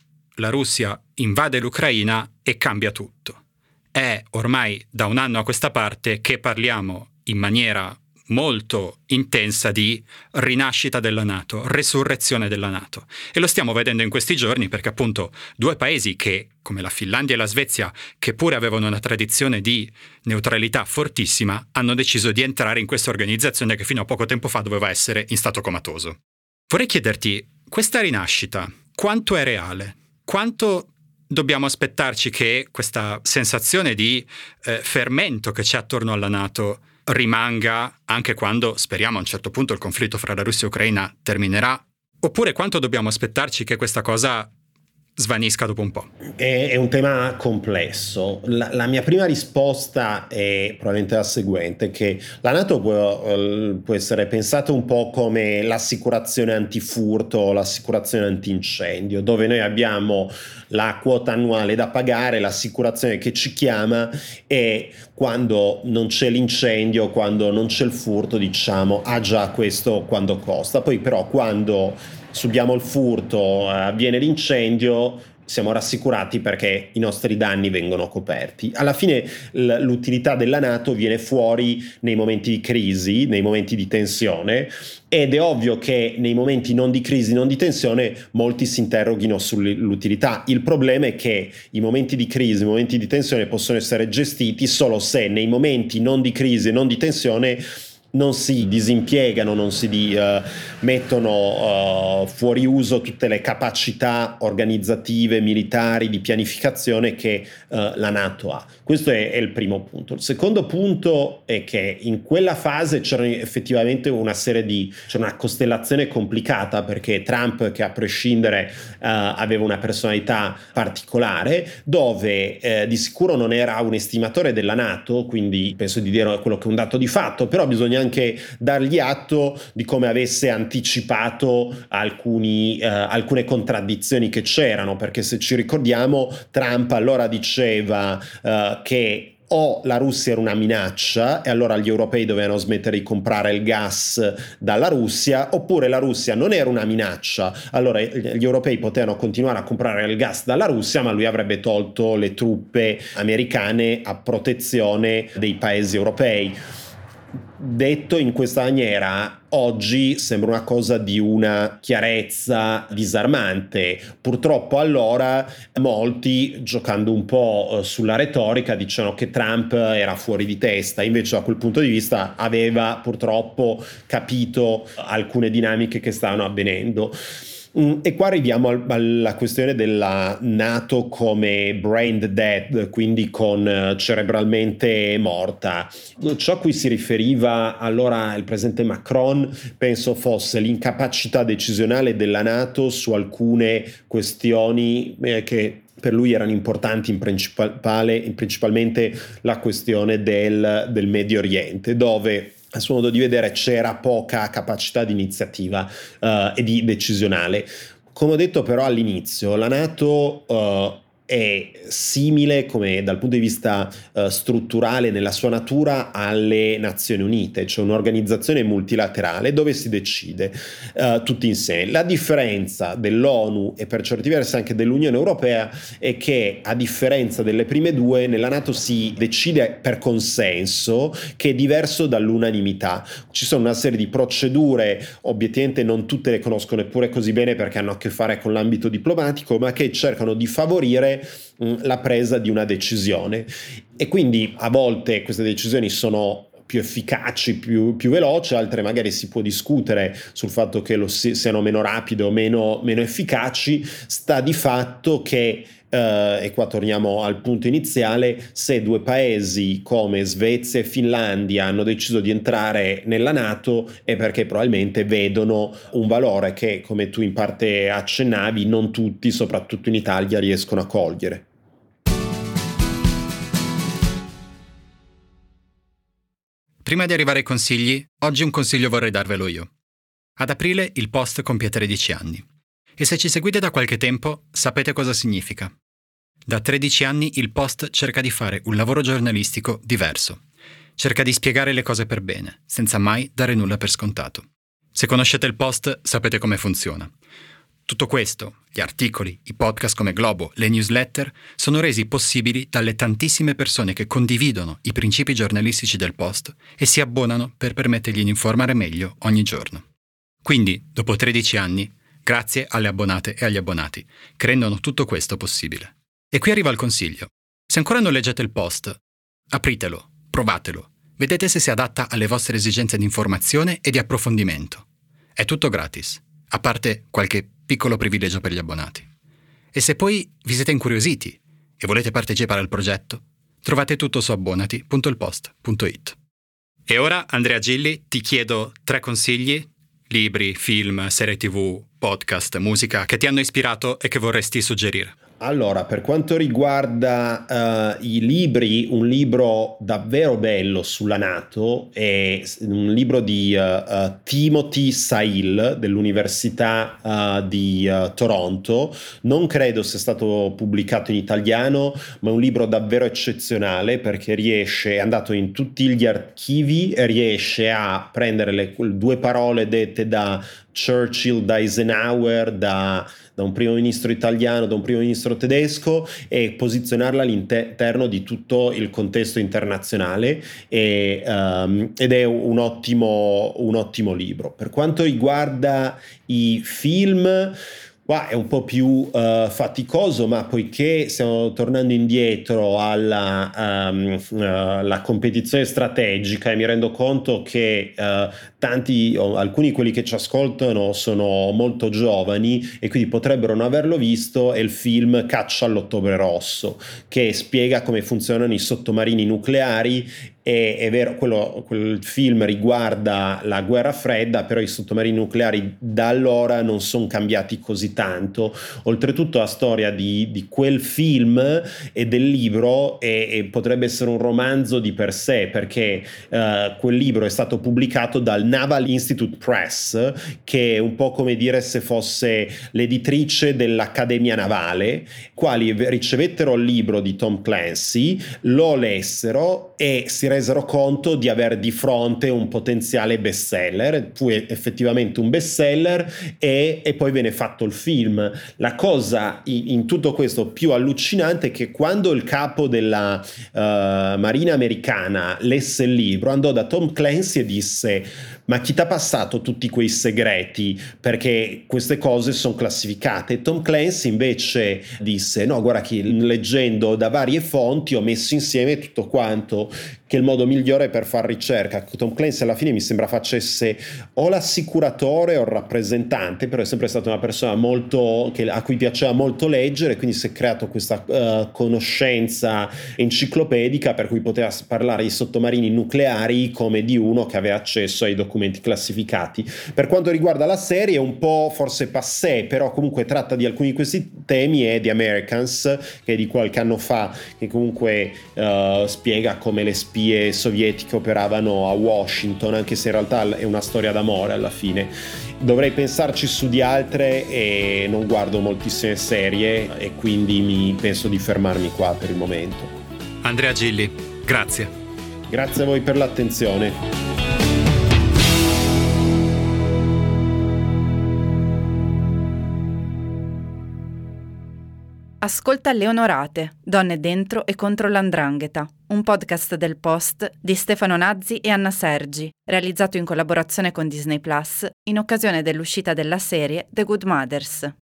la Russia invade l'Ucraina e cambia tutto. È ormai da un anno a questa parte che parliamo in maniera molto intensa di rinascita della NATO, resurrezione della NATO. E lo stiamo vedendo in questi giorni perché appunto 2 paesi che, come la Finlandia e la Svezia, che pure avevano una tradizione di neutralità fortissima, hanno deciso di entrare in questa organizzazione che fino a poco tempo fa doveva essere in stato comatoso. Vorrei chiederti, questa rinascita, quanto è reale? Quanto dobbiamo aspettarci che questa sensazione di fermento che c'è attorno alla NATO rimanga anche quando, speriamo, a un certo punto il conflitto fra la Russia e Ucraina terminerà? Oppure quanto dobbiamo aspettarci che questa cosa svanisca dopo un po'? È un tema complesso. La mia prima risposta è probabilmente la seguente, che la NATO può essere pensata un po' come l'assicurazione antifurto o l'assicurazione antincendio, dove noi abbiamo la quota annuale da pagare, l'assicurazione che ci chiama e quando non c'è l'incendio, quando non c'è il furto, diciamo, già questo quando costa. Poi però quando subiamo il furto, avviene l'incendio, siamo rassicurati perché i nostri danni vengono coperti. Alla fine l'utilità della NATO viene fuori nei momenti di crisi, nei momenti di tensione, ed è ovvio che nei momenti non di crisi, non di tensione, molti si interroghino sull'utilità. Il problema è che i momenti di crisi, i momenti di tensione possono essere gestiti solo se nei momenti non di crisi e non di tensione non si disimpiegano, non si mettono fuori uso tutte le capacità organizzative, militari, di pianificazione che la NATO ha. Questo è il primo punto. Il secondo punto è che in quella fase c'era effettivamente c'era una costellazione complicata, perché Trump, che a prescindere aveva una personalità particolare, dove di sicuro non era un estimatore della NATO, quindi penso di dire quello che è un dato di fatto, però bisogna anche dargli atto di come avesse anticipato alcune contraddizioni che c'erano, perché se ci ricordiamo Trump allora diceva che o la Russia era una minaccia e allora gli europei dovevano smettere di comprare il gas dalla Russia, oppure la Russia non era una minaccia, allora gli europei potevano continuare a comprare il gas dalla Russia, ma lui avrebbe tolto le truppe americane a protezione dei paesi europei. Detto in questa maniera, oggi sembra una cosa di una chiarezza disarmante. Purtroppo allora molti, giocando un po' sulla retorica, dicevano che Trump era fuori di testa, invece da quel punto di vista aveva purtroppo capito alcune dinamiche che stavano avvenendo. E qua arriviamo alla questione della NATO come brain dead, quindi con cerebralmente morta. Ciò a cui si riferiva allora il presidente Macron penso fosse l'incapacità decisionale della NATO su alcune questioni che per lui erano importanti, principalmente la questione del Medio Oriente, dove a suo modo di vedere c'era poca capacità di iniziativa e di decisionale. Come ho detto però all'inizio, la NATO è simile come dal punto di vista strutturale nella sua natura alle Nazioni Unite, cioè un'organizzazione multilaterale dove si decide tutti insieme. La differenza dell'ONU e per certi versi anche dell'Unione Europea è che, a differenza delle prime due, nella NATO si decide per consenso, che è diverso dall'unanimità. Ci sono una serie di procedure, obiettivamente non tutte le conosco neppure così bene perché hanno a che fare con l'ambito diplomatico, ma che cercano di favorire la presa di una decisione, e quindi a volte queste decisioni sono più efficaci, più veloci, altre magari si può discutere sul fatto che siano meno rapide o meno efficaci. Sta di fatto che e qua torniamo al punto iniziale, se due paesi come Svezia e Finlandia hanno deciso di entrare nella NATO è perché probabilmente vedono un valore che, come tu in parte accennavi, non tutti, soprattutto in Italia, riescono a cogliere. Prima di arrivare ai consigli, oggi un consiglio vorrei darvelo io. Ad aprile il Post compie 13 anni. E se ci seguite da qualche tempo, sapete cosa significa. Da 13 anni il Post cerca di fare un lavoro giornalistico diverso. Cerca di spiegare le cose per bene, senza mai dare nulla per scontato. Se conoscete il Post, sapete come funziona. Tutto questo, gli articoli, i podcast come Globo, le newsletter, sono resi possibili dalle tantissime persone che condividono i principi giornalistici del Post e si abbonano per permettergli di informare meglio ogni giorno. Quindi, dopo 13 anni, grazie alle abbonate e agli abbonati, che rendono tutto questo possibile. E qui arriva il consiglio. Se ancora non leggete il Post, apritelo, provatelo, vedete se si adatta alle vostre esigenze di informazione e di approfondimento. È tutto gratis, a parte qualche piccolo privilegio per gli abbonati. E se poi vi siete incuriositi e volete partecipare al progetto, trovate tutto su abbonati.ilpost.it. E ora, Andrea Gilli, ti chiedo 3 consigli, libri, film, serie TV, podcast, musica, che ti hanno ispirato e che vorresti suggerire. Allora, per quanto riguarda i libri, un libro davvero bello sulla NATO è un libro di Timothy Sahil dell'Università di Toronto. Non credo sia stato pubblicato in italiano, ma è un libro davvero eccezionale perché è andato in tutti gli archivi e riesce a prendere le 2 parole dette da Churchill, da Eisenhower, da un primo ministro italiano, da un primo ministro tedesco, e posizionarla all'interno di tutto il contesto internazionale, ed è un ottimo libro. Per quanto riguarda i film, è un po' più faticoso, ma poiché stiamo tornando indietro alla competizione strategica, e mi rendo conto che alcuni di quelli che ci ascoltano sono molto giovani e quindi potrebbero non averlo visto, è il film Caccia all'Ottobre Rosso, che spiega come funzionano i sottomarini nucleari. È vero, quel film riguarda la guerra fredda, però i sottomarini nucleari da allora non sono cambiati così tanto. Oltretutto la storia di quel film e del libro potrebbe essere un romanzo di per sé, perché quel libro è stato pubblicato dal Naval Institute Press, che è un po' come dire se fosse l'editrice dell'Accademia Navale, quali ricevettero il libro di Tom Clancy, lo lessero e si resero conto di aver di fronte un potenziale bestseller. Fu effettivamente un bestseller, e poi venne fatto il film. La cosa in tutto questo più allucinante è che quando il capo della Marina americana lesse il libro, andò da Tom Clancy e disse: ma chi t'ha passato tutti quei segreti? Perché queste cose sono classificate. Tom Clancy invece disse: no, guarda che leggendo da varie fonti ho messo insieme tutto quanto, che è il modo migliore per far ricerca. Tom Clancy alla fine mi sembra facesse o l'assicuratore o il rappresentante, però è sempre stata una persona a cui piaceva molto leggere, quindi si è creato questa conoscenza enciclopedica per cui poteva parlare di sottomarini nucleari come di uno che aveva accesso ai documenti classificati. Per quanto riguarda la serie è un po' forse passé, però comunque tratta di alcuni di questi temi. È The Americans, che è di qualche anno fa, che comunque spiega come le spie sovietiche operavano a Washington, anche se in realtà è una storia d'amore alla fine. Dovrei pensarci su di altre e non guardo moltissime serie, e quindi penso di fermarmi qua per il momento. Andrea Gilli, grazie. Grazie a voi per l'attenzione. Ascolta Le Onorate, donne dentro e contro l''ndrangheta, un podcast del Post di Stefano Nazzi e Anna Sergi, realizzato in collaborazione con Disney Plus in occasione dell'uscita della serie The Good Mothers.